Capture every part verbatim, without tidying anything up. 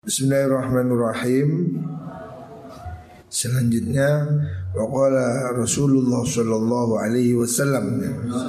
Bismillahirrahmanirrahim. Selanjutnya waqala Rasulullah sallallahu alaihi wasallam,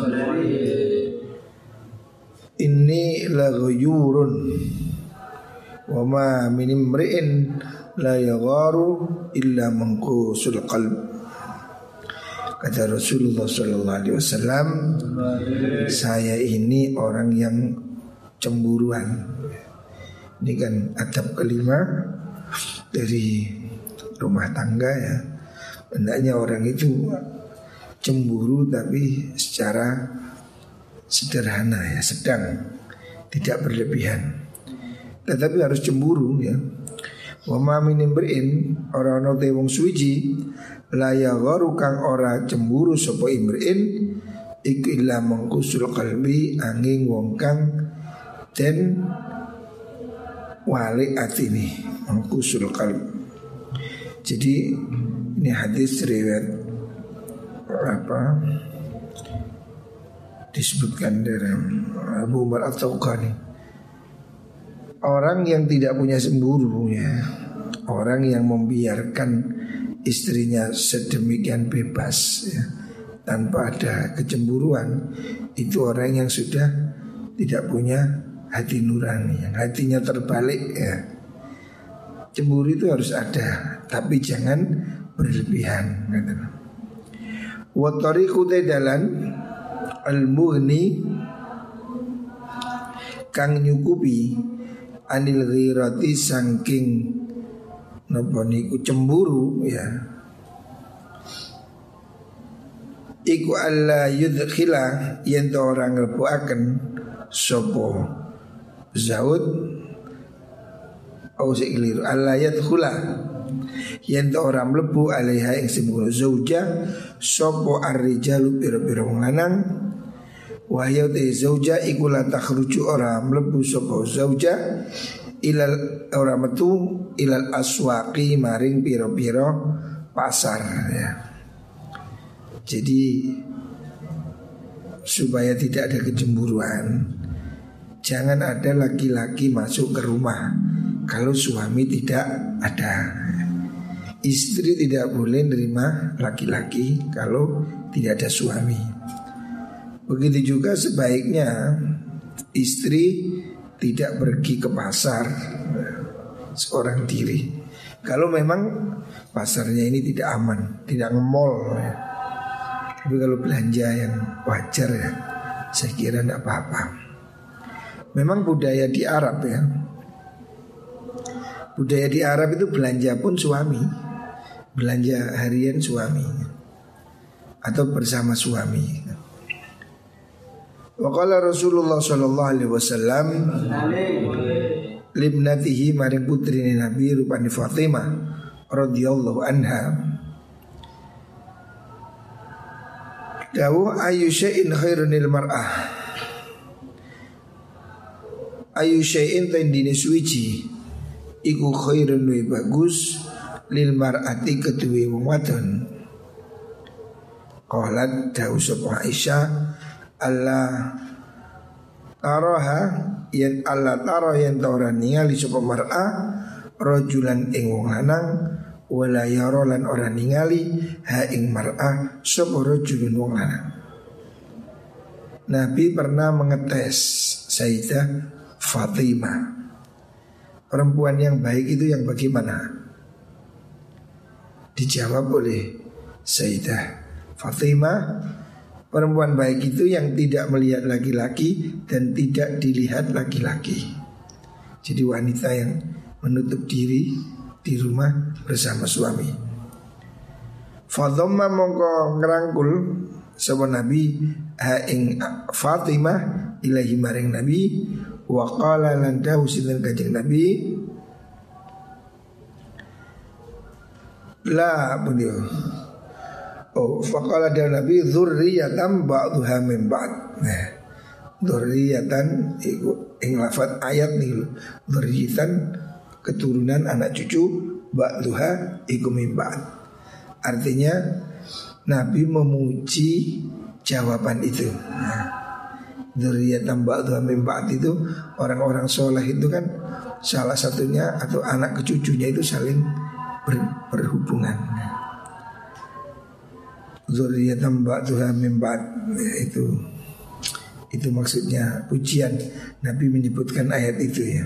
inni la ghayurun wa ma min imri'in la yagharu illa manqusul qalb. Kata Rasulullah sallallahu alaihi wasallam, saya ini orang yang cemburuan. Ini kan adab kelima dari rumah tangga ya. Hendaknya orang itu cemburu tapi secara sederhana ya, sedang, tidak berlebihan. Tetapi harus cemburu ya. Wa ma min imri'in, ora ana te wong suci la yagharu kang ora cemburu sapa imri'in iku illa mangkusul qalbi, angin wong kang den wali atini mangkusul qalb. Jadi ini hadis riwayat apa disebutkan dalam Abu Umar At-Tawqani. Orang yang tidak punya cemburu ya, orang yang membiarkan istrinya sedemikian bebas ya, tanpa ada kecemburuan, itu orang yang sudah tidak punya hati nurani, yang hatinya terbalik ya. Cemburu itu harus ada, tapi jangan berlebihan. Wa tariqu dalan al-mughni kang nyukupi anil ghirati saking napa niku cemburu ya. Iku alla yudkhila yen orang nglebuaken sapa Zaud au siklir Allah yadkhula yen ora mlebu alaiha ing semburu zauja sapa ar-rijalu pira-pira wong lanang wa ya te zauja iku la takhruju ora mlebu sapa zauja ilal ora metu ilal aswaqi maring pira-pira pasar ya. Jadi supaya tidak ada kecemburuan, jangan ada laki-laki masuk ke rumah kalau suami tidak ada. Istri tidak boleh nerima laki-laki kalau tidak ada suami. Begitu juga sebaiknya istri tidak pergi ke pasar seorang diri kalau memang pasarnya ini tidak aman, tidak nge-mall ya. Tapi kalau belanja yang wajar ya, saya kira tidak apa-apa. Memang budaya di Arab ya, budaya di Arab itu belanja pun suami, belanja harian suami atau bersama suami. Wa qala Rasulullah sallallahu alaihi wasallam libnatihi maring putrine Nabi rupani Fatimah radhiyallahu anha, dawu ayu syai'in khairunil mar'ah, ayu syai'in tendine suci iku khairun wa bagus lil mar'ati kedue wong wadon. Qalat dawu sapa Aisyah Allah taraha yen Allah tara yen ora ningali sapa mar'ah rajulan ing wong lanang wala yara lan ora ningali ha ing mar'ah sapa rajulun wong lanang. Nabi pernah mengetes Sayyidah Fatimah, perempuan yang baik itu yang bagaimana? Dijawab oleh Sayyidah Fatimah, perempuan baik itu yang tidak melihat laki-laki dan tidak dilihat laki-laki. Jadi wanita yang menutup diri di rumah bersama suami. Fadhamma mongko ngerangkul sapa Nabi ha ing Fatimah ilahi maring Nabi wa qala lan dawu sinten kanjeng Nabi la beliau oh faqala dan Nabi dzurriyatan ba'dhuha min ba'd. Nah, dzurriyatan iku ing lafaz ayat niku dzurriyatan keturunan anak cucu, ba'dhuha iku min ba'd. Artinya Nabi memuji jawaban itu. Nah, dzurriyyatan ba'dhuha min ba'd itu orang-orang soleh itu kan salah satunya atau anak ke cucunya itu saling ber, berhubungan. Dzurriyyatan ba'dhuha min ba'd ya, itu itu maksudnya pujian. Nabi menyebutkan ayat itu ya.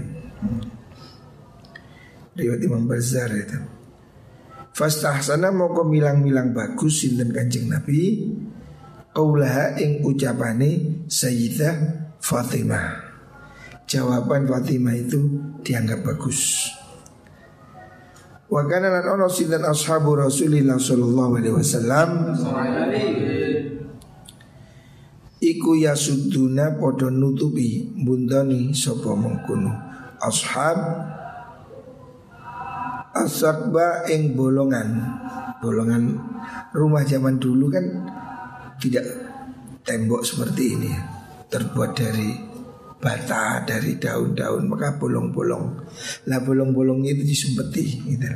Riwayat Imam Bazzar itu. Fastahsana moko milang-milang bagus sinten Kanjeng Nabi qaulaha ing ucapane Sayyidah Fatimah. Jawaban Fatimah itu dianggap bagus. Wa kana lan ono sinten ashabu Rasulillah sallallahu alaihi wasallam iku yasuduna padha nutupi bundani sapa mengkono ashab asakba ing bolongan. Bolongan rumah zaman dulu kan tidak tembok seperti ini, terbuat dari bata, dari daun-daun, maka bolong-bolong. Lah bolong-bolongnya itu disumpeti gitu.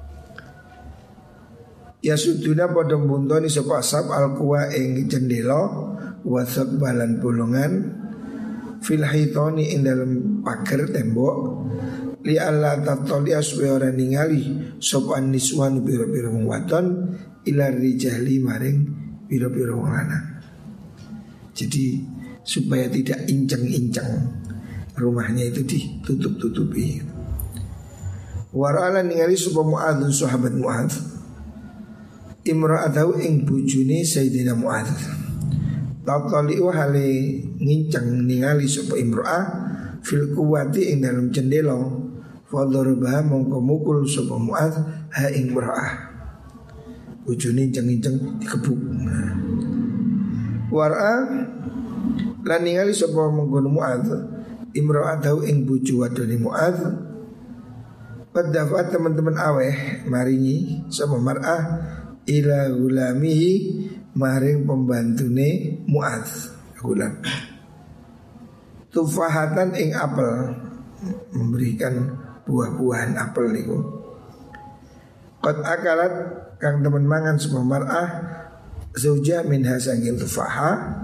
Ya suduna padha buntoni sapa asab alquwa ing jendela wasak balan bolongan fil hitoni ing dalam pagar tembok li alla tatoli aswe ora ningali sapa niswan biro-biro wong wadon ila rijali maring biro-biro wong lanang. Jadi supaya tidak inceng-inceng rumahnya itu ditutup-tutupi. Warala ningali sapa Mu'adz sahabat Mu'adz imra'atahu ing bujune Sayyidina Mu'adz. Tatali wa hale nginceng ningali sapa imra'ah fil kuwati ing dalam jendela fadharaba mongko mukul sapa Mu'adz ha ing imra'ah. Bujune inceng-inceng dikebuk. Wara lan ningali sapa mengkono Mu'adz imra'atahu ing bojo wadone Mu'adz. Padahal teman-teman aweh maringi sapa mar'ah ila gulamihi maring pembantune Mu'adz gulam. Tufahatan ing apel, memberikan buah-buahan apel niku. Qad akalat kang temen mangan sapa mar'ah zauja minha sangil tufaha.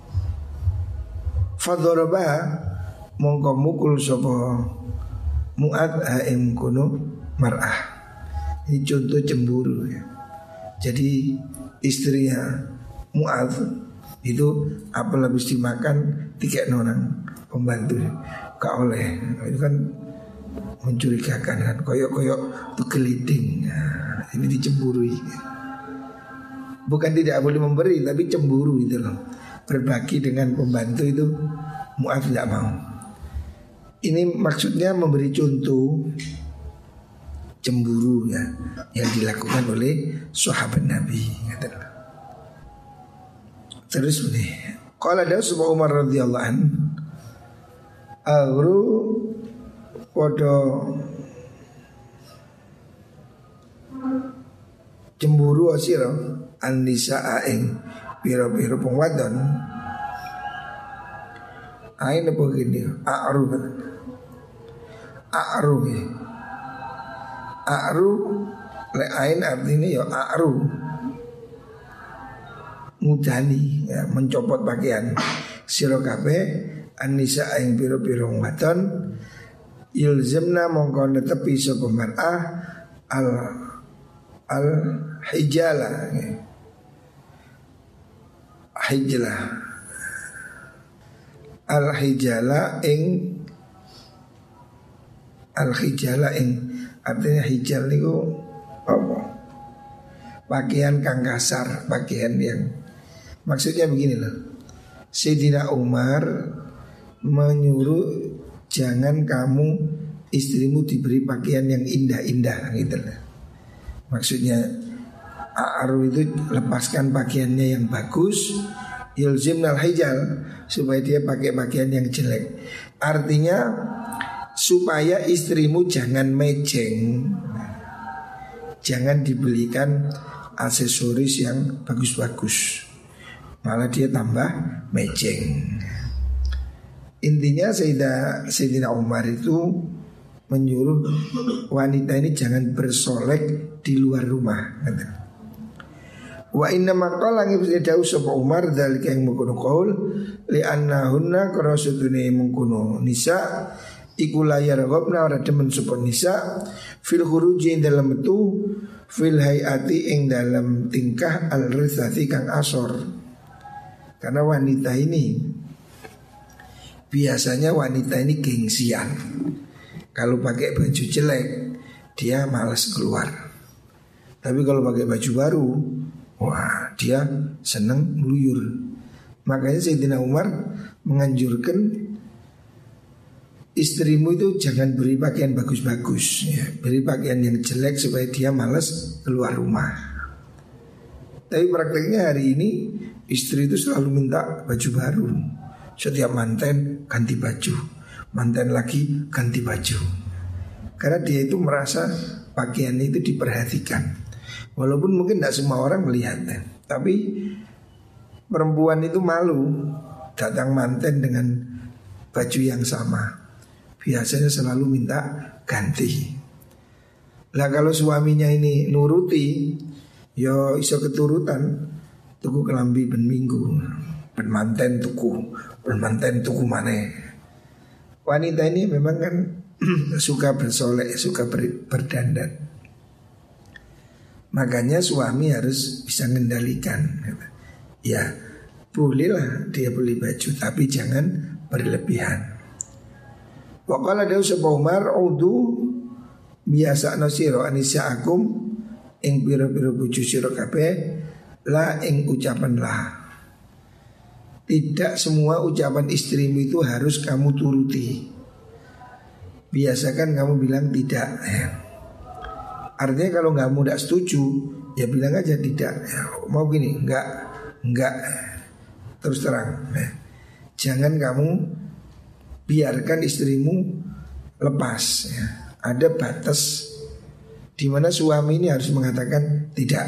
Fadharaba mongko mukul sapa Mu'adz ha ing kono mar'ah. Ini contoh cemburu ya. Jadi istrinya Mu'adz itu apel habis dimakan tiga orang pembantu gak oleh. Itu kan mencurigakan kan, koyok-koyok itu geliding. Nah, ini dicemburui. Bukan tidak boleh memberi, tapi cemburu itu loh. Berbagi dengan pembantu itu Mu'adz tidak mau. Ini maksudnya memberi contoh cemburu ya yang dilakukan oleh sahabat Nabi. Terus begini, qala ada Subha Umar radhiyallahu an agru podo cemburu asira an-nisaa ing pira-pira pengwadon. Ain apa gini? A'ru A'ru A'ru le ain artinya ya a'ru mudani ya, mencopot pakaian sira kabeh an-nisa ing pira-pira wadon yulzimna mongko netepi sapa mar'ah al al hijala hijla al hijala ing al hijala ing artinya hijal niku apa? Pakaian kang kasar, pakaian yang maksudnya begini loh. Sayyidina Umar menyuruh jangan kamu istrimu diberi pakaian yang indah-indah gitu loh. Maksudnya A'ru itu lepaskan pakaiannya yang bagus, yulzimnal hijal, supaya dia pakai pakaian yang jelek. Artinya supaya istrimu jangan mejeng, jangan dibelikan aksesoris yang bagus-bagus, malah dia tambah mejeng. Intinya Sayyidah, Sayyidina Umar itu menyuruh wanita ini jangan bersolek di luar rumah. Wa inna maqala ngibsni dawu sapa Umar dzalika yang mengkono qaul li annahunna qarasutune mengkono nisa iku layar gobna ora demen sapa nisa fil khuruji dalam metu fil hayati ing dalam tingkah al rizati kang asor. Karena wanita ini biasanya wanita ini gengsian. Kalau pakai baju jelek dia malas keluar. Tapi kalau pakai baju baru, wah dia seneng ngeluyur. Makanya Sayyidina Umar menganjurkan istrimu itu jangan beri pakaian bagus-bagus ya. Beri pakaian yang jelek supaya dia malas keluar rumah. Tapi prakteknya hari ini istri itu selalu minta baju baru. Setiap manten ganti baju, manten lagi ganti baju. Karena dia itu merasa pakaian itu diperhatikan. Walaupun mungkin tidak semua orang melihatnya, tapi perempuan itu malu datang manten dengan baju yang sama. Biasanya selalu minta ganti. Lah kalau suaminya ini nuruti, yo iso keturutan. Tuku kelambi ben minggu, ben manten tuku, ben manten tuku maneh. Wanita ini memang kan suka bersolek, suka ber, berdandan. Makanya suami harus bisa mengendalikan. Ya bolehlah dia beli baju, tapi jangan berlebihan. Waqala dawu sapa Umar udu biasa nasiro anisa akum ing pira-pira bojo sira kabeh la ing ucapan lah. Tidak semua ucapan istrimu itu harus kamu turuti. Biasakan kamu bilang tidak ya. Artinya kalau kamu tidak setuju ya bilang aja tidak ya. Mau gini enggak enggak terus terang ya. Jangan kamu biarkan istrimu lepas ya. Ada batas di mana suami ini harus mengatakan tidak.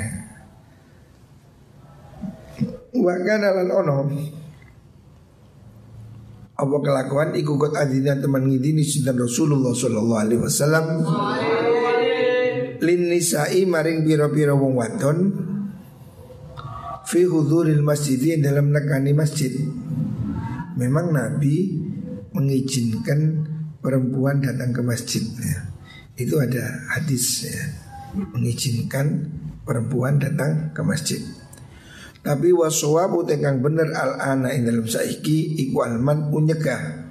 Wa kana lan ono apa kelakuan iku kot adina teman ngidini sinten Rasulullah sallallahu alaihi wasallam lin nisa'i maring pira-pira wong wadon fi hudhuril masjid dalam nekani masjid. Memang Nabi mengizinkan perempuan datang ke masjid ya. Itu ada hadis ya, mengizinkan perempuan datang ke masjid. Tapi waswabu tekang bener al-ana ing dalam saiki iku alman unyegah.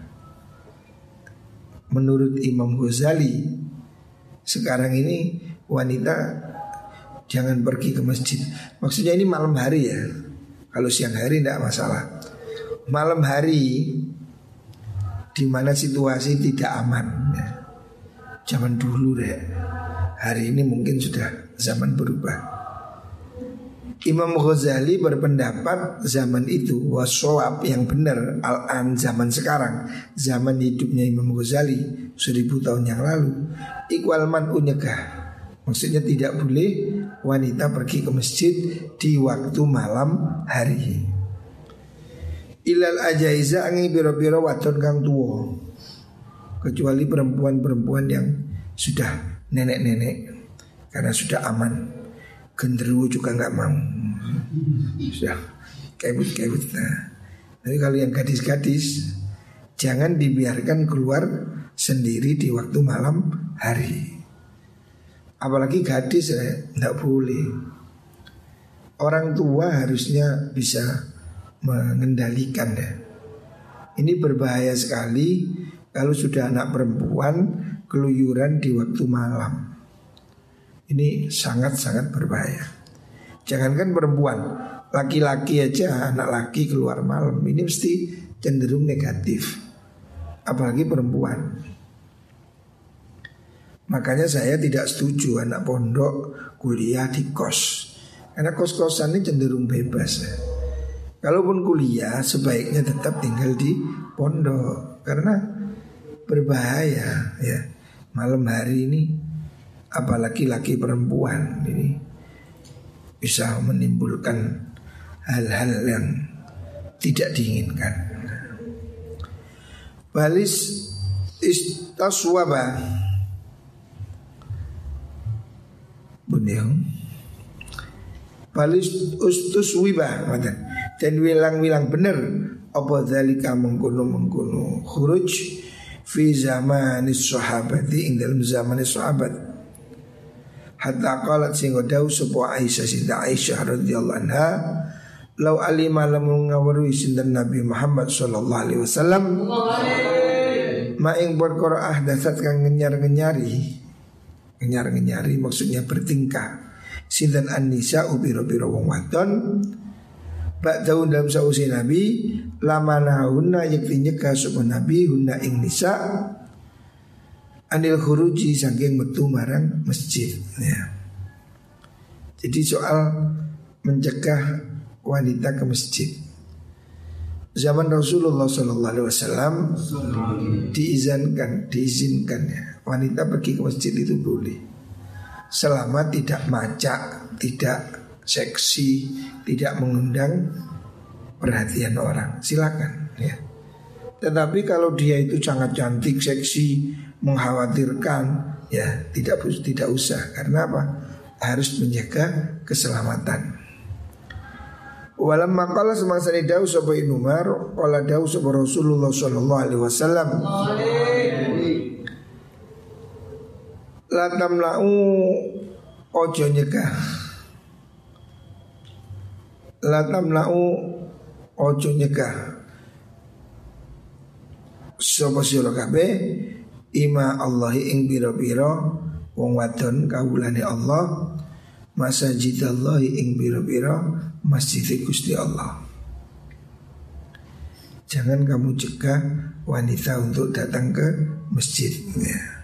Menurut Imam Ghazali sekarang ini wanita jangan pergi ke masjid. Maksudnya ini malam hari ya. Kalau siang hari tidak masalah. Malam hari di mana situasi tidak aman ya. Zaman dulu deh. Hari ini mungkin sudah zaman berubah. Imam Ghazali berpendapat zaman itu waswab yang benar al-an zaman sekarang, zaman hidupnya Imam Ghazali seribu tahun yang lalu, ikwal man unyegah. Maksudnya tidak boleh wanita pergi ke masjid di waktu malam hari. Ilal ajaiza angin biro-biro wadon kang tuwo, kecuali perempuan-perempuan yang sudah nenek-nenek karena sudah aman. Genderuwo juga nggak mau, sudah kebut-kebut. Nah, tapi kalau yang gadis-gadis jangan dibiarkan keluar sendiri di waktu malam hari. Apalagi gadis ya, nggak boleh. Orang tua harusnya bisa mengendalikan ya. Ini berbahaya sekali kalau sudah anak perempuan keluyuran di waktu malam. Ini sangat-sangat berbahaya. Jangankan perempuan, laki-laki aja anak laki keluar malam ini mesti cenderung negatif. Apalagi perempuan. Makanya saya tidak setuju anak pondok kuliah di kos. Karena kos-kosan ini cenderung bebas ya. Kalaupun kuliah sebaiknya tetap tinggal di pondok karena berbahaya ya. Malam hari ini apalagi laki perempuan ini bisa menimbulkan hal-hal yang tidak diinginkan. Balis istaswaba Bunyong balis ustus wibah dan wilang-wilang bener apa dzalika mengkono-mengkono khuruj fi zamanis sahabati ing dalam zamanis sahabat. Hatta qalat sing dawu sapa Aisyah sinta Aisyah radhiyallahu anha, lau alima lamun ngawruhi sinten Nabi Muhammad sallallahu alaihi wasallam ma ing perkara ahdatsat kang ngenyar-ngenyari. Ngenyar-ngenyari maksudnya bertingkah sinten an-nisa ubiro-biro wong wadon ba'daun dalam sausi Nabi lamana hunna yakti nyegah sapa Nabi hunna ing nisa anil khuruji saking metu marang masjid ya. Jadi soal mencegah wanita ke masjid zaman Rasulullah sallallahu alaihi wasallam diizinkan diizinkan ya wanita pergi ke masjid itu boleh selama tidak macak, tidak seksi, tidak mengundang perhatian orang, silakan ya. Tetapi kalau dia itu sangat cantik, seksi, mengkhawatirkan, ya tidak tidak usah. Karena apa? Harus menjaga keselamatan. Walamma qala semangsa ni dawu sapa Ibnu Umar, qala dawu sapa Rasulullah sallallahu alaihi wasallam. La tamla'u ojo nyegah. La tamla'u ojo nyegah. Sapa sira kabeh ima Allahi ing pira-pira wong wadon kawulane Allah, masajidallahi ing pira-pira masjid Gusti Allah. Jangan kamu cegah wanita untuk datang ke masjid ya.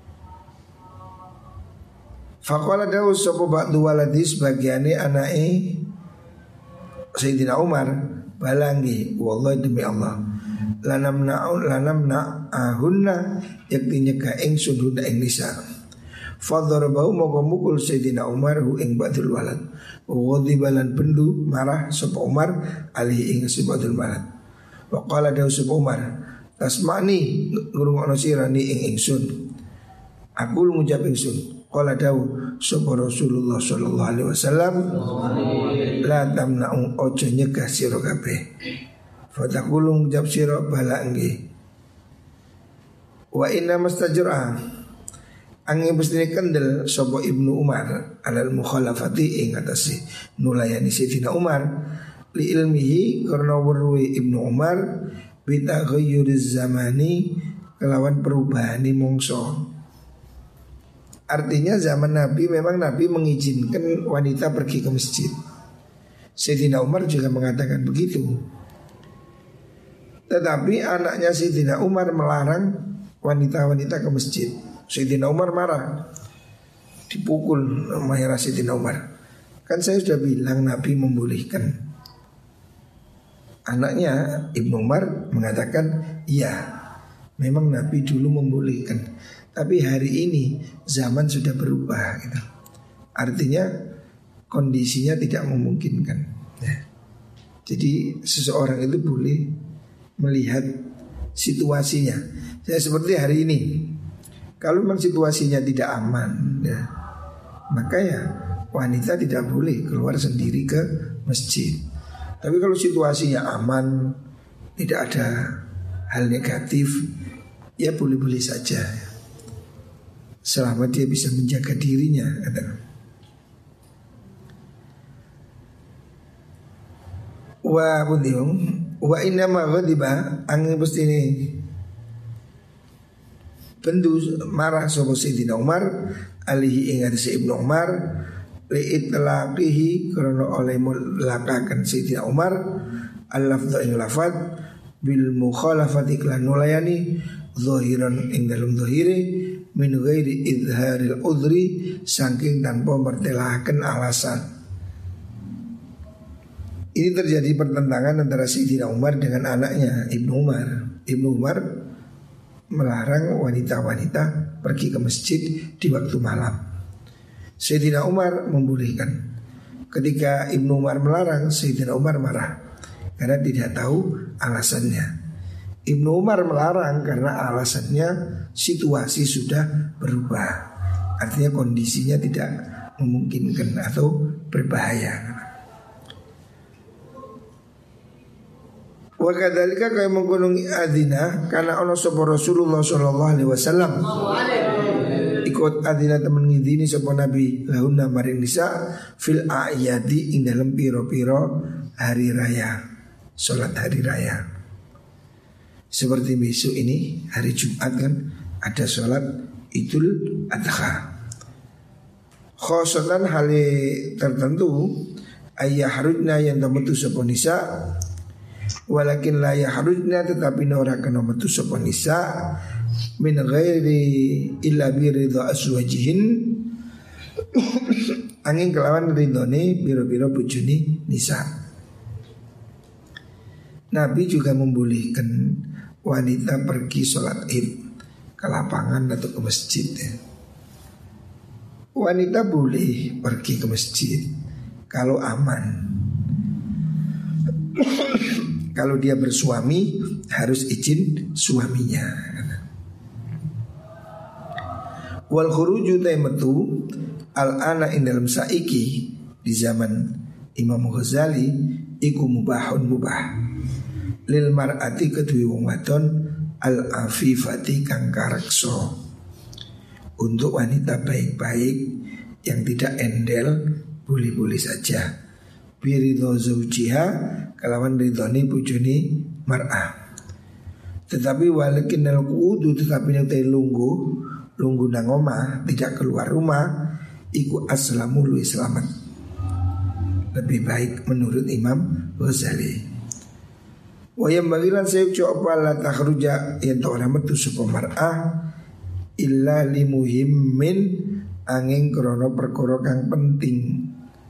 Faqala dawu sapa ba'du waladi sebagiane anake Sayyidina Umar balangi wallahi demi Allah lanam na'un lanam na'ahunna yakti nyegah ingsun hunna ing nisa fadharabahu moko mukul Sayyidina Umar hu ing ba'dul walad ghadibalan bendu marah sapa Umar ali ing sebadul walad wa qala dawu sapa Umar tasmani ngrungokno sirani ing ingsun aku ngucap ingsun qala dawu sapa Rasulullah sallallahu alaihi wasallam la tamna'u ojo nyegah sira kabeh fataqulu ngucap sira bala nggih wa inna mastajra angin mestine kendel sapa Ibnu Umar alal mukhalafati ing atase nulayani Sayyidina Umar li ilmihi karena weruhe Ibnu Umar bi taghayyuriz zamani kelawan perubahane mongso. Artinya zaman Nabi memang Nabi mengizinkan wanita pergi ke masjid. Sayyidina Umar juga mengatakan begitu. Tetapi anaknya Sayyidina Umar melarang wanita-wanita ke masjid. Sayyidina Umar marah, dipukul sama Sayyidina Umar. Kan saya sudah bilang Nabi membolehkan. Anaknya Ibnu Umar mengatakan iya, memang Nabi dulu membolehkan. Tapi hari ini zaman sudah berubah gitu. Artinya kondisinya tidak memungkinkan ya. Jadi seseorang itu boleh melihat situasinya. Saya seperti hari ini, kalau memang situasinya tidak aman ya, maka ya wanita tidak boleh keluar sendiri ke masjid. Tapi kalau situasinya aman, tidak ada hal negatif, ya boleh-boleh saja ya. Selama dia bisa menjaga dirinya. Wa bundiung wa inna ma ghadiba angin pestine bendu marah sapa Sayyidina Umar alihi ing atase Ibnu Umar li itlaqihi karena oleh mulakakan Sayyidina Umar al-lafdhu ing lafad bil mukhalafati lan nulayani zahiran ing dalem zahire min ghairi idharil udhri saking tanpa mertelahaken alasan. Ini terjadi pertentangan antara Sayyidina Umar dengan anaknya Ibnu Umar. Ibnu Umar melarang wanita-wanita pergi ke masjid di waktu malam. Sayyidina Umar membolehkan. Ketika Ibnu Umar melarang, Sayyidina Umar marah karena tidak tahu alasannya. Ibnu Umar melarang karena alasannya situasi sudah berubah. Artinya kondisinya tidak memungkinkan atau berbahaya. Wa kadzalika kaya mengkono adina karena ana sapa Rasulullah sallallahu alaihi wasallam ikut adina temen ngidini sapa Nabi lahunna maring nisa fil a'yadi ing dalem pira-pira hari raya, salat hari raya. Seperti besok ini hari Jumat kan ada salat Idul Adha. Khosotan hal tertentu ayah harujna yang metu sapa nisa walakin la yahrujna tetapi ora kena metu sapa nisa min ghairi illa bi ridha aswajihin angin kelawan ridhone biro-biro bojone nisa. Nabi juga membolehkan wanita pergi sholat id ke lapangan atau ke masjid ya. Wanita boleh pergi ke masjid kalau aman. Kalau dia bersuami harus izin suaminya. Wal khuruju taimatu al-ana in dalam saiki di zaman Imam Ghazali iku mubahun mubah lil mar'ati kedue wong wadon al-afifati kang kareksa. Untuk wanita baik-baik yang tidak endel boleh-boleh saja. Biridho zaujiha kalawan ridhoni bojone mar'ah. Tetapi walakin al qudu tetapi nek lunggu lunggu nang omah tidak keluar rumah iku aslamu lu selamat. Lebih baik menurut Imam Ghazali. Wa yang bagilan sayuk coba la takhruja yen to ora metu sapa mar'ah illa limuhimmin angin krono perkara kang penting.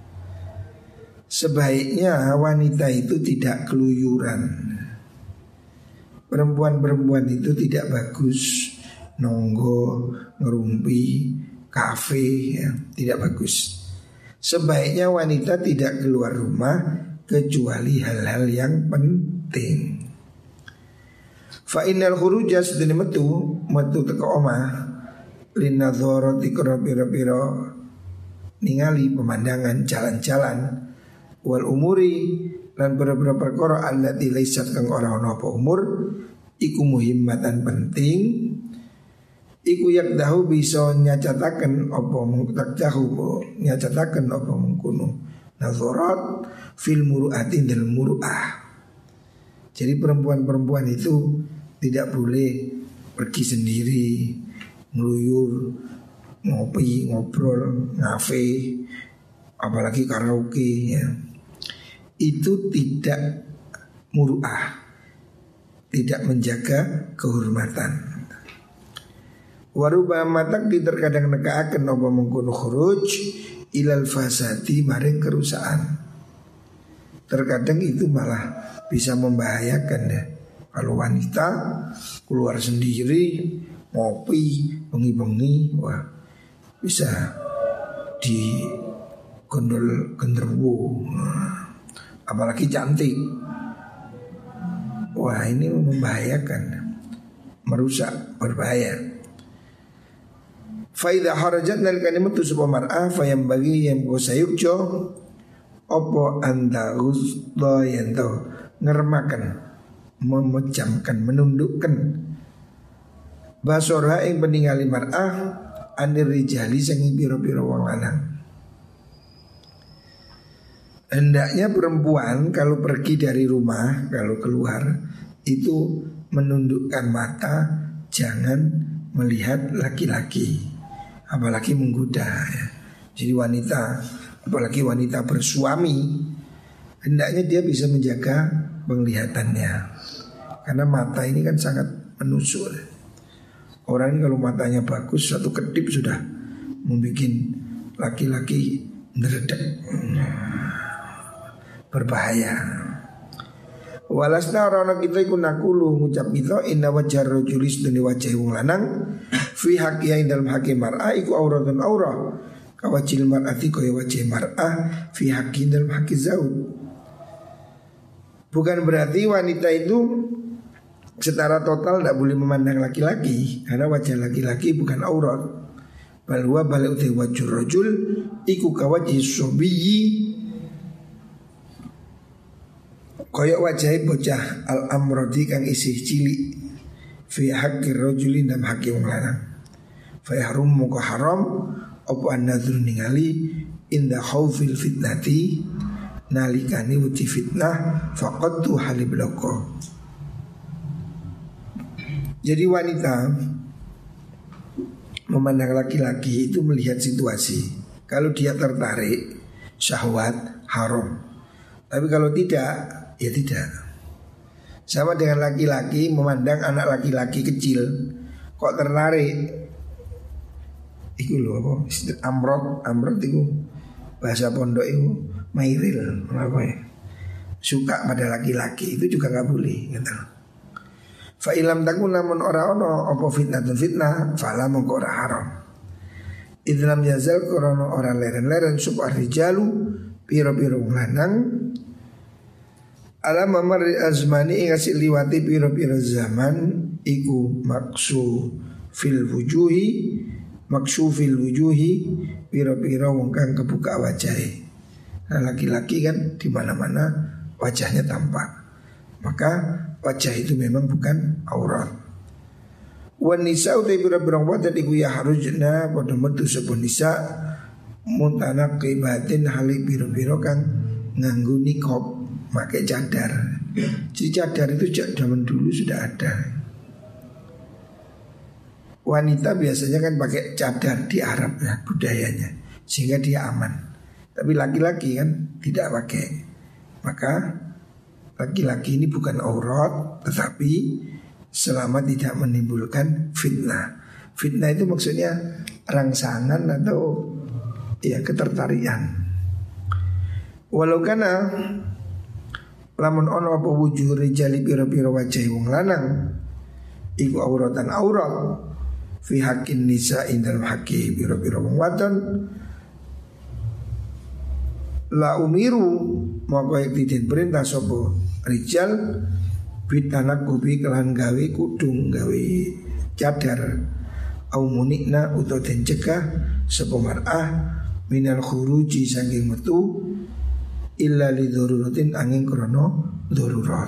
Sebaiknya wanita itu tidak keluyuran. Perempuan-perempuan itu tidak bagus nonggo, ngerumpi, kafe ya, tidak bagus. Sebaiknya wanita tidak keluar rumah kecuali hal-hal yang penting. Fa innal khuruja sedene metu metu teko omah linadharati pira-pira ningali pemandangan jalan-jalan wal umuri lan beberapa perkara allati laisat kang ora ana apa umur iku muhimmatan penting iku yak dahu bisa nyacataken apa mungtak jahu nyacataken apa mengkono nazarat fil muru'atin dal muru'ah. Jadi perempuan-perempuan itu tidak boleh pergi sendiri ngeluyur ngopi ngobrol ngafe apalagi karaoke ya. Itu tidak muru'ah, tidak menjaga kehormatan. Warubah matak di terkadang nekaaken apa mengkono khuruj ilal fasadi maring kerusakan. Terkadang itu malah bisa membahayakan ya. Kalau wanita keluar sendiri ngopi bengi-bengi wah bisa di gondol genderuwo. Apalagi cantik. Wah ini membahayakan, merusak, berbahaya. Faida harajat nal kalimatu sapa mar'ah fayam bagi yang kusayukjo opo anda usdo yanto ngermakan, memejamkan, menundukkan basora ing peningali mar'ah anir rijali sangi piro-piro wong lanang. Hendaknya perempuan kalau pergi dari rumah, kalau keluar itu menundukkan mata, jangan melihat laki-laki, apalagi menggoda ya. Jadi wanita, apalagi wanita bersuami, hendaknya dia bisa menjaga penglihatannya, karena mata ini kan sangat menusuk. Orang ini kalau matanya bagus, satu kedip sudah membuat laki-laki neredek, berbahaya. Walasna orang kita iku nakulu ngucap kita inna wajah rajulis duni wajah wong lanang fi haqqi dalam haqqi mar'ah iku auratun aurah kawajil mar'ati kaya wajah mar'ah fi haqqi dalam haqqi zaud. Bukan berarti wanita itu secara total tidak boleh memandang laki-laki, karena wajah laki-laki bukan aurat. Bal huwa bal uti wajhur rajul iku kawajhi subiyyi Koyok wajah bocah al-amrodi kang isih cilik fi haqqir rajuli nam haqqi wong lanang. Fa yahrum moko haram apa an-nadhru ningali inda khaufil fitnati nalikani wuti fitnah faqadtu halibloko. Jadi wanita memandang laki-laki itu melihat situasi. Kalau dia tertarik syahwat haram. Tapi kalau tidak ya tidak. Sama dengan laki-laki memandang anak laki-laki kecil kok tertarik. Iku lho apa? Amrod, amrod itu bahasa pondok itu mairil apa ya? Suka pada laki-laki itu juga nggak boleh gitu. Fa ilam takun lamun ora ono apa fitnatun fitnah fala mongko ora haram. Idlam yazal korona ora leren-leren supar rijalu piro-piro lanang ala mamari azmani ingasih liwati piro-piro zaman iku maksu fil wujuhi maksu fil wujuhi piro-piro wong kang kebuka wajahe. Nah, laki-laki kan di mana-mana wajahnya tampak. Maka wajah itu memang bukan aurat. Wan nisa utai pira-pira wadon iku ya harujna pada metu sepun nisa muntanak keibatin halik pira-pira kang nganggo nikob pakai cadar. Jadi cadar itu zaman dulu sudah ada. Wanita biasanya kan pakai cadar di Arab ya budayanya sehingga dia aman. Tapi laki-laki kan tidak pakai. Maka laki-laki ini bukan aurat tetapi selama tidak menimbulkan fitnah. Fitnah itu maksudnya rangsangan atau ya ketertarikan. Walau kana lamun ono apa wujuh rijali pira-pira wajah wong lanang iku auratan aurat fi haqqin nisa indal haqqi pira-pira wong wadon la umiru maka iki perintah sapa rijal bitanak kubi kelan gawe kudung gawe cadar au munikna utawa den cegah sapa mar'ah minal khuruji saking metu illa li dzururatin angin krana darurat.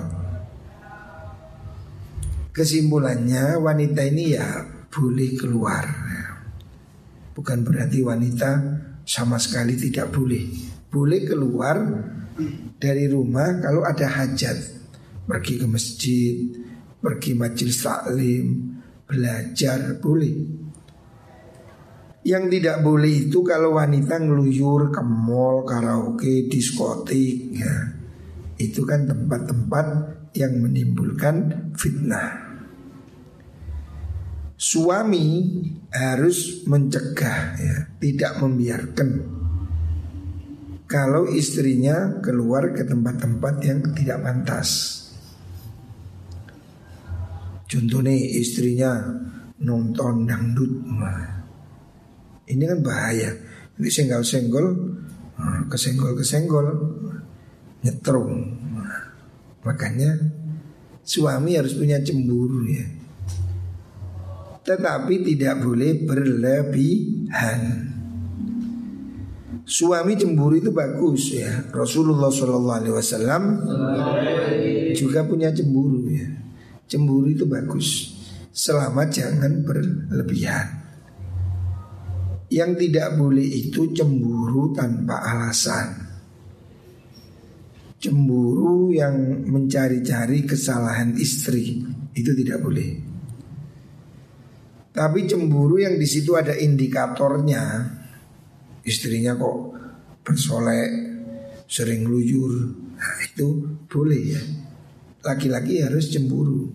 Kesimpulannya wanita ini ya boleh keluar. Bukan berarti wanita sama sekali tidak boleh. Boleh keluar dari rumah kalau ada hajat. Pergi ke masjid, pergi majelis taklim, belajar boleh. Yang tidak boleh itu kalau wanita ngeluyur ke mall, karaoke, diskotik ya. Itu kan tempat-tempat yang menimbulkan fitnah. Suami harus mencegah ya, tidak membiarkan kalau istrinya keluar ke tempat-tempat yang tidak pantas. Contohnya istrinya nonton dangdut, nah, ini kan bahaya. Ini senggol-senggol, nah, kesenggol-kesenggol, nyetrum. Nah, makanya suami harus punya cemburu ya. Tetapi tidak boleh berlebihan. Suami cemburu itu bagus ya. Rasulullah shallallahu alaihi wasallam juga punya cemburu ya. Cemburu itu bagus selama jangan berlebihan. Yang tidak boleh itu cemburu tanpa alasan. Cemburu yang mencari-cari kesalahan istri itu tidak boleh. Tapi cemburu yang di situ ada indikatornya, istrinya kok bersolek, sering lujur, nah itu boleh ya. Laki-laki harus cemburu.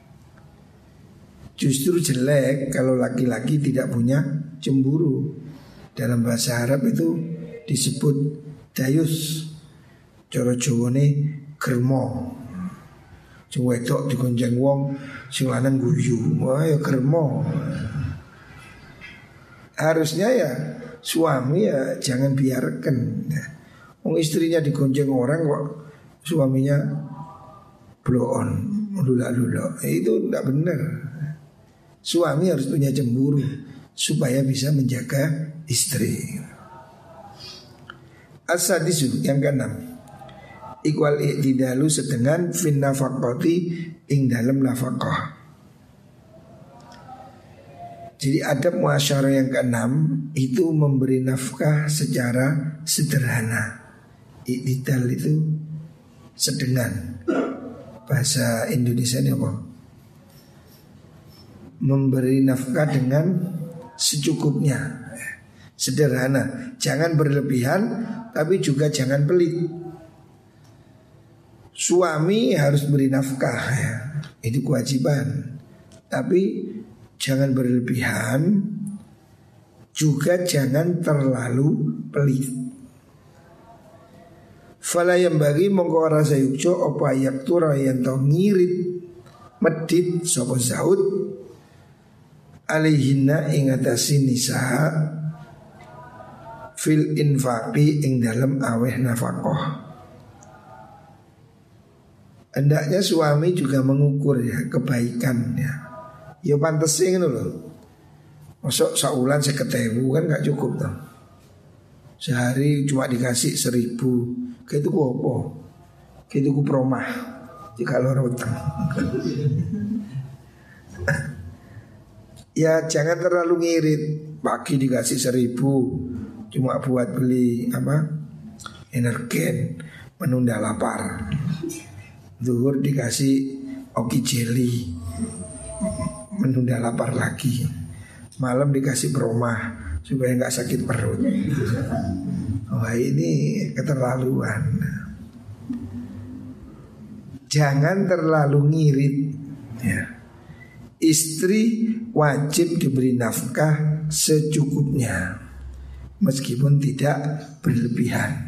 Justru jelek kalau laki-laki tidak punya cemburu. Dalam bahasa Arab itu disebut dayus. Cara Jawane germo. Sing wedok digonjeng wong, sing lanang guyu. Wah ya germo. Harusnya ya suami ya jangan biarkan ya. Wong istrinya digonjeng orang kok suaminya blow on, lula-lula, itu tidak benar. Suami harus punya cemburu supaya bisa menjaga istri. As-sadisu yang keenam, ikwal i'tidalu sedengan fin nafaqati ing dalam nafaqah. Jadi adab muasyarah yang keenam itu memberi nafkah secara sederhana. I'tidal itu sedengan. Bahasa Indonesia ini apa? Memberi nafkah dengan secukupnya, sederhana. Jangan berlebihan, tapi juga jangan pelit. Suami harus beri nafkah ya, itu kewajiban. Tapi jangan berlebihan, juga jangan terlalu pelit. Fala yang bagi mongko ora sayukjo apa yaktura yang to ngirit medit sapa zaud alaihinna ing atase nisa fil infaqi ing dalam aweh nafkah. Hendaknya suami juga mengukur ya kebaikan ya. Ya pantes ngono lho. Masuk saulan seketewu kan gak cukup toh. Sehari cuma dikasih seribu, kayak itu apa? Kayak itu promah. Jika loro utang. Ya jangan terlalu ngirit. Pagi dikasih seribu, cuma buat beli apa? Energen, menunda lapar. Zuhur dikasih oki jelly, menunda lapar lagi. Malam dikasih promah supaya nggak sakit perut. Wah ini keterlaluan. Jangan terlalu ngirit ya. Istri wajib diberi nafkah secukupnya, meskipun tidak berlebihan.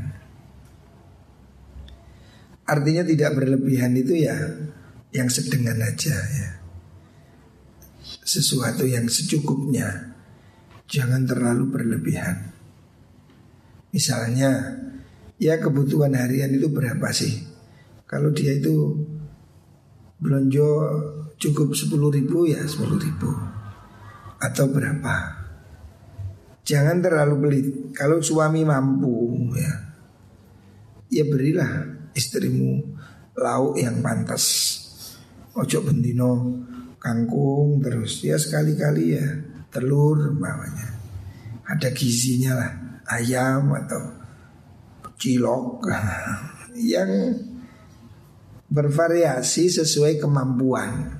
Artinya tidak berlebihan itu ya yang sedengan aja ya. Sesuatu yang secukupnya, jangan terlalu berlebihan. Misalnya, ya kebutuhan harian itu berapa sih? Kalau dia itu belanja cukup sepuluh ribu ya sepuluh ribu. Atau berapa? Jangan terlalu pelit. Kalau suami mampu ya, ya berilah istrimu lauk yang pantas. Ojo bendino kangkung terus, ya sekali-kali ya telur bawahnya. Ada gizinya lah, ayam atau cilok yang bervariasi sesuai kemampuan.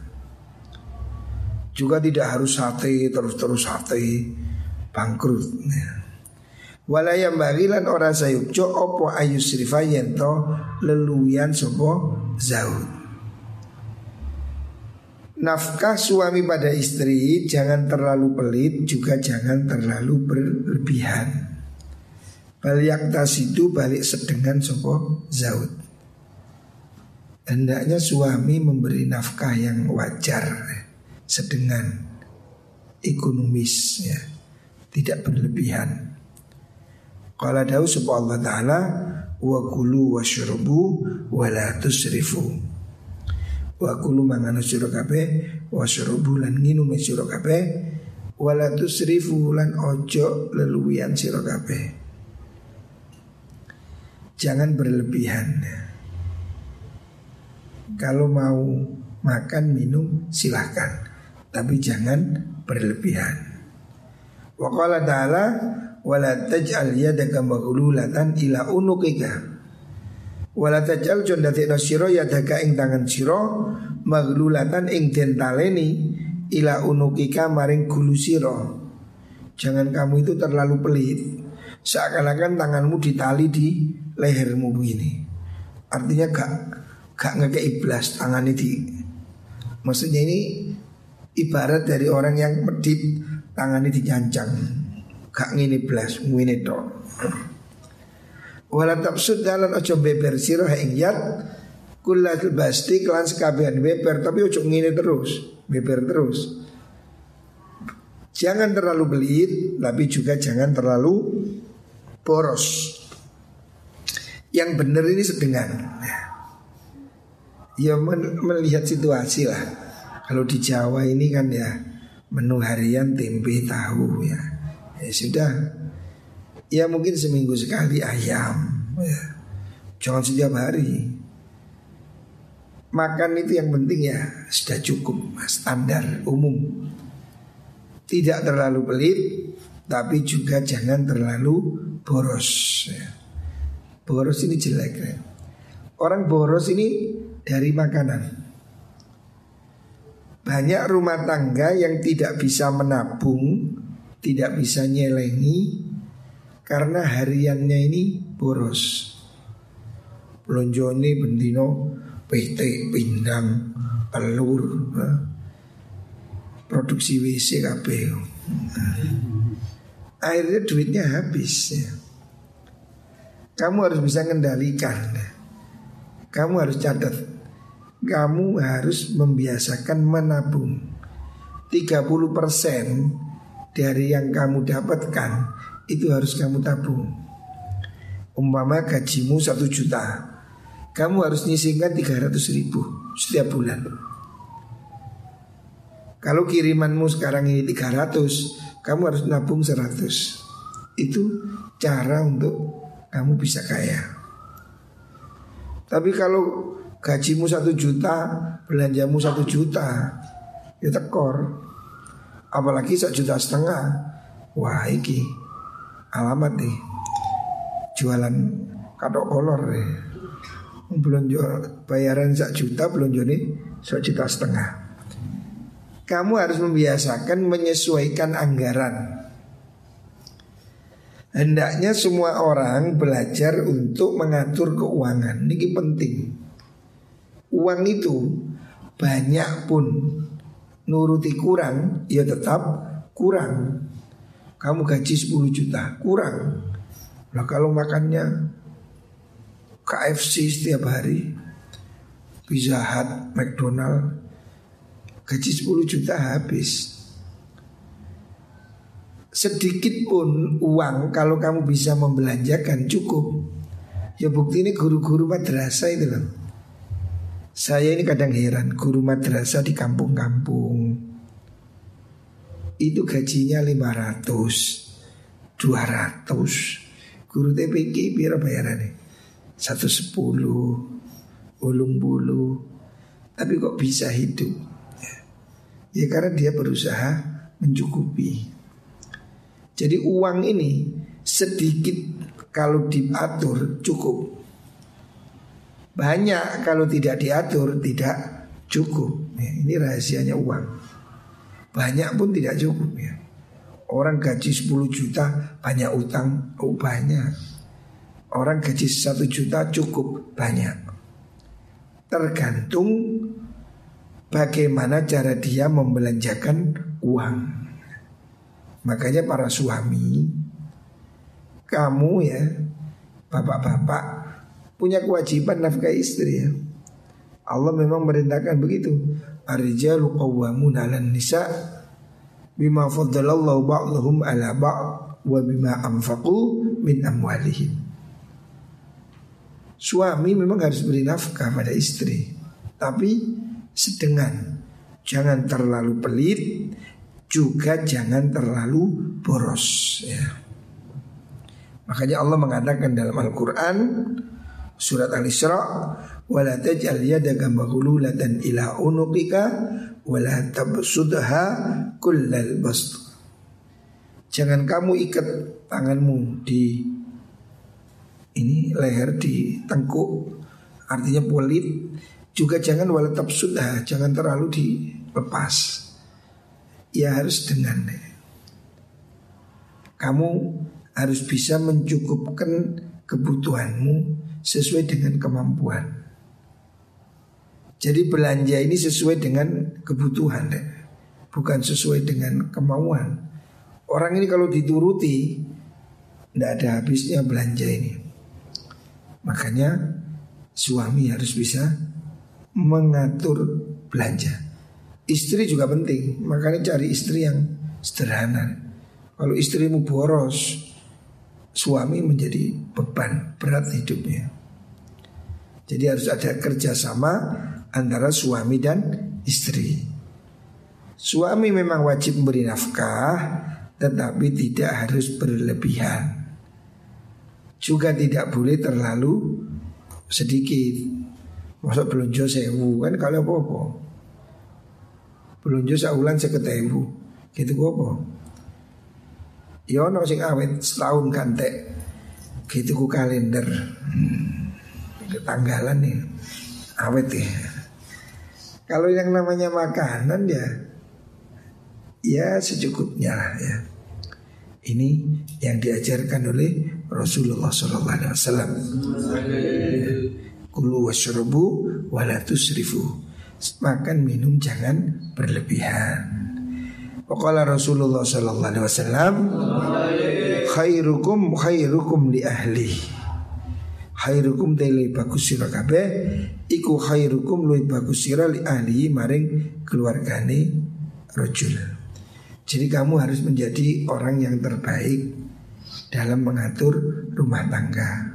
Juga tidak harus sate terus-terus sate, bangkrut ya. Walayam bagilan ora sayukjo opo ayusrifa yento leluyan sopo zaud. Nafkah suami pada istri jangan terlalu pelit, juga jangan terlalu berlebihan. Balik tasidu balik sedengan sopo zaud. Hendaknya suami memberi nafkah yang wajar, sedengan, ekonomis ya, tidak berlebihan. Qala dawu subhanahu wa ta'ala wa kulu washrubu wa la tusrifu. Wa kulu mangano sira kabeh washrubu lan nginum sira kabeh wa la tusrifu lan ojo leluwian sira kabeh. Jangan berlebihan. Kalau mau makan minum silahkan, tapi jangan berlebihan. Wa qala ta'ala wala taj'al yadaka maghlulatan ila unukika. Wala taj'al jondatikno sira yadaka ing tangan sira maghlulatan ing den taleni ila unukika maring gulu sira. Jangan kamu itu terlalu pelit, seakan-akan tanganmu ditali di lehermu begini. Artinya gak gak ngekei blas tangan ini. Maksudnya ini ibarat dari orang yang medit, tangannya dicancang. Gak ngini blas, ngini tok. Wala tafsud dalan ojo beber sira ing yat kullatul basti kelan sekabian beber, tapi ojo ngini terus, beber terus. Jangan terlalu belit, tapi juga jangan terlalu boros. Yang benar ini sedengan. Ya melihat situasi lah. Kalau di Jawa ini kan ya menu harian tempe tahu ya. Ya sudah, ya mungkin seminggu sekali ayam ya. Jangan setiap hari. Makan itu yang penting ya sudah cukup, standar umum. Tidak terlalu pelit, tapi juga jangan terlalu boros ya. Boros ini jelek ya. Orang boros ini dari makanan. Banyak rumah tangga yang tidak bisa menabung, tidak bisa nyelengi karena hariannya ini boros. Lonjone bendino P T, pindang, telur, nah, produksi W C K B. Nah, akhirnya duitnya habis ya. Kamu harus bisa mengendalikan. Kamu harus catat. Kamu harus membiasakan menabung. tiga puluh persen dari yang kamu dapatkan itu harus kamu tabung. Umpama gajimu satu juta, kamu harus nyisihkan tiga ratus ribu setiap bulan. Kalau kirimanmu sekarang ini tiga ratus, kamu harus nabung seratus. Itu cara untuk kamu bisa kaya. Tapi kalau gajimu satu juta, belanjamu satu juta, ya tekor. Apalagi satu juta setengah. Wah iki alamat nih jualan katok kolor nih. Belum jual bayaran sak juta, belum jual nih sak juta setengah. Kamu harus membiasakan menyesuaikan anggaran. Hendaknya semua orang belajar untuk mengatur keuangan. Ini penting. Uang itu banyak pun nuruti kurang, ya tetap kurang. Kamu gaji sepuluh juta, kurang. Nah kalau makannya K F C setiap hari, Pizza Hut, McDonald, gaji sepuluh juta habis. Sedikit pun uang kalau kamu bisa membelanjakan cukup. Ya bukti ini guru-guru madrasah itu loh. Saya ini kadang heran, guru madrasah di kampung-kampung itu gajinya lima ratus, dua ratus. Guru T P K biar bayarannya seratus sepuluh, ulung bulu. Tapi kok bisa hidup? Ya karena dia berusaha mencukupi. Jadi uang ini sedikit kalau diatur cukup. Banyak kalau tidak diatur tidak cukup. Ya, ini rahasianya uang. Banyak pun tidak cukup ya. Orang gaji sepuluh juta banyak utang, oh banyak. Orang gaji satu juta cukup, banyak. Tergantung bagaimana cara dia membelanjakan uang. Makanya para suami, kamu ya, bapak-bapak punya kewajiban nafkah istri ya. Allah memang merintahkan begitu. Ar-rijalu qawwamuna 'alan nisa bima faddalallahu ba'dahum 'ala ba'd wa bima anfaqu min amwalihim. Suami memang harus beri nafkah pada istri, tapi sedengan. Jangan terlalu pelit, juga jangan terlalu boros ya. Makanya Allah mengatakan dalam Al-Quran surat Al-Isra, wala taj'al yadaka maghlulatan ila unuqika wala tabsudha kullal bast. Jangan kamu ikat tanganmu di ini leher, di tengkuk, artinya pelit. Juga jangan wala tabsudha, jangan terlalu dilepas. Ya harus dengan kamu harus bisa mencukupkan kebutuhanmu sesuai dengan kemampuan. Jadi belanja ini sesuai dengan kebutuhan, bukan sesuai dengan kemauan. Orang ini kalau dituruti tidak ada habisnya belanja ini. Makanya suami harus bisa mengatur belanja. Istri juga penting, makanya cari istri yang sederhana. Kalau istrimu boros, suami menjadi beban berat hidupnya. Jadi harus ada kerjasama antara suami dan istri. Suami memang wajib memberi nafkah, tetapi tidak harus berlebihan. Juga tidak boleh terlalu sedikit. Masa belanja sewu kan kalau apa-apa. Belanja saulan seket ewu gitu kok apa. Ya ono sing awet setahun kantek. Gitu ku kalender. Hmm, ketanggalan nih awet ya. Kalau yang namanya makanan ya ya secukupnya lah ya. Ini yang diajarkan oleh Rasulullah shallallahu alaihi wasallam. Kulu washrabu wala tusrifu. Makan minum jangan berlebihan. Waqala Rasulullah sallallahu alaihi wasallam, khairukum khairukum li ahli. Khairukum tele bagus sira kabeh iku khairukum luwih bagus sira li ahli maring keluargane rajul. Jadi kamu harus menjadi orang yang terbaik dalam mengatur rumah tangga.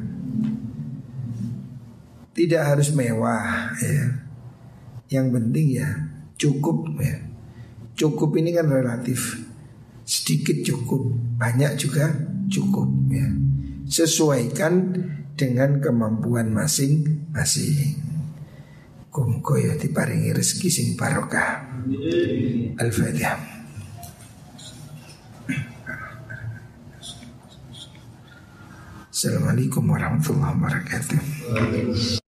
Tidak harus mewah ya. Yang penting ya cukup ya. Cukup ini kan relatif. Sedikit cukup, banyak juga cukup ya. Sesuaikan dengan kemampuan masing-masing. Muga ya diparingi rezeki sing barokah. Al-Fatihah. Assalamualaikum warahmatullahi wabarakatuh.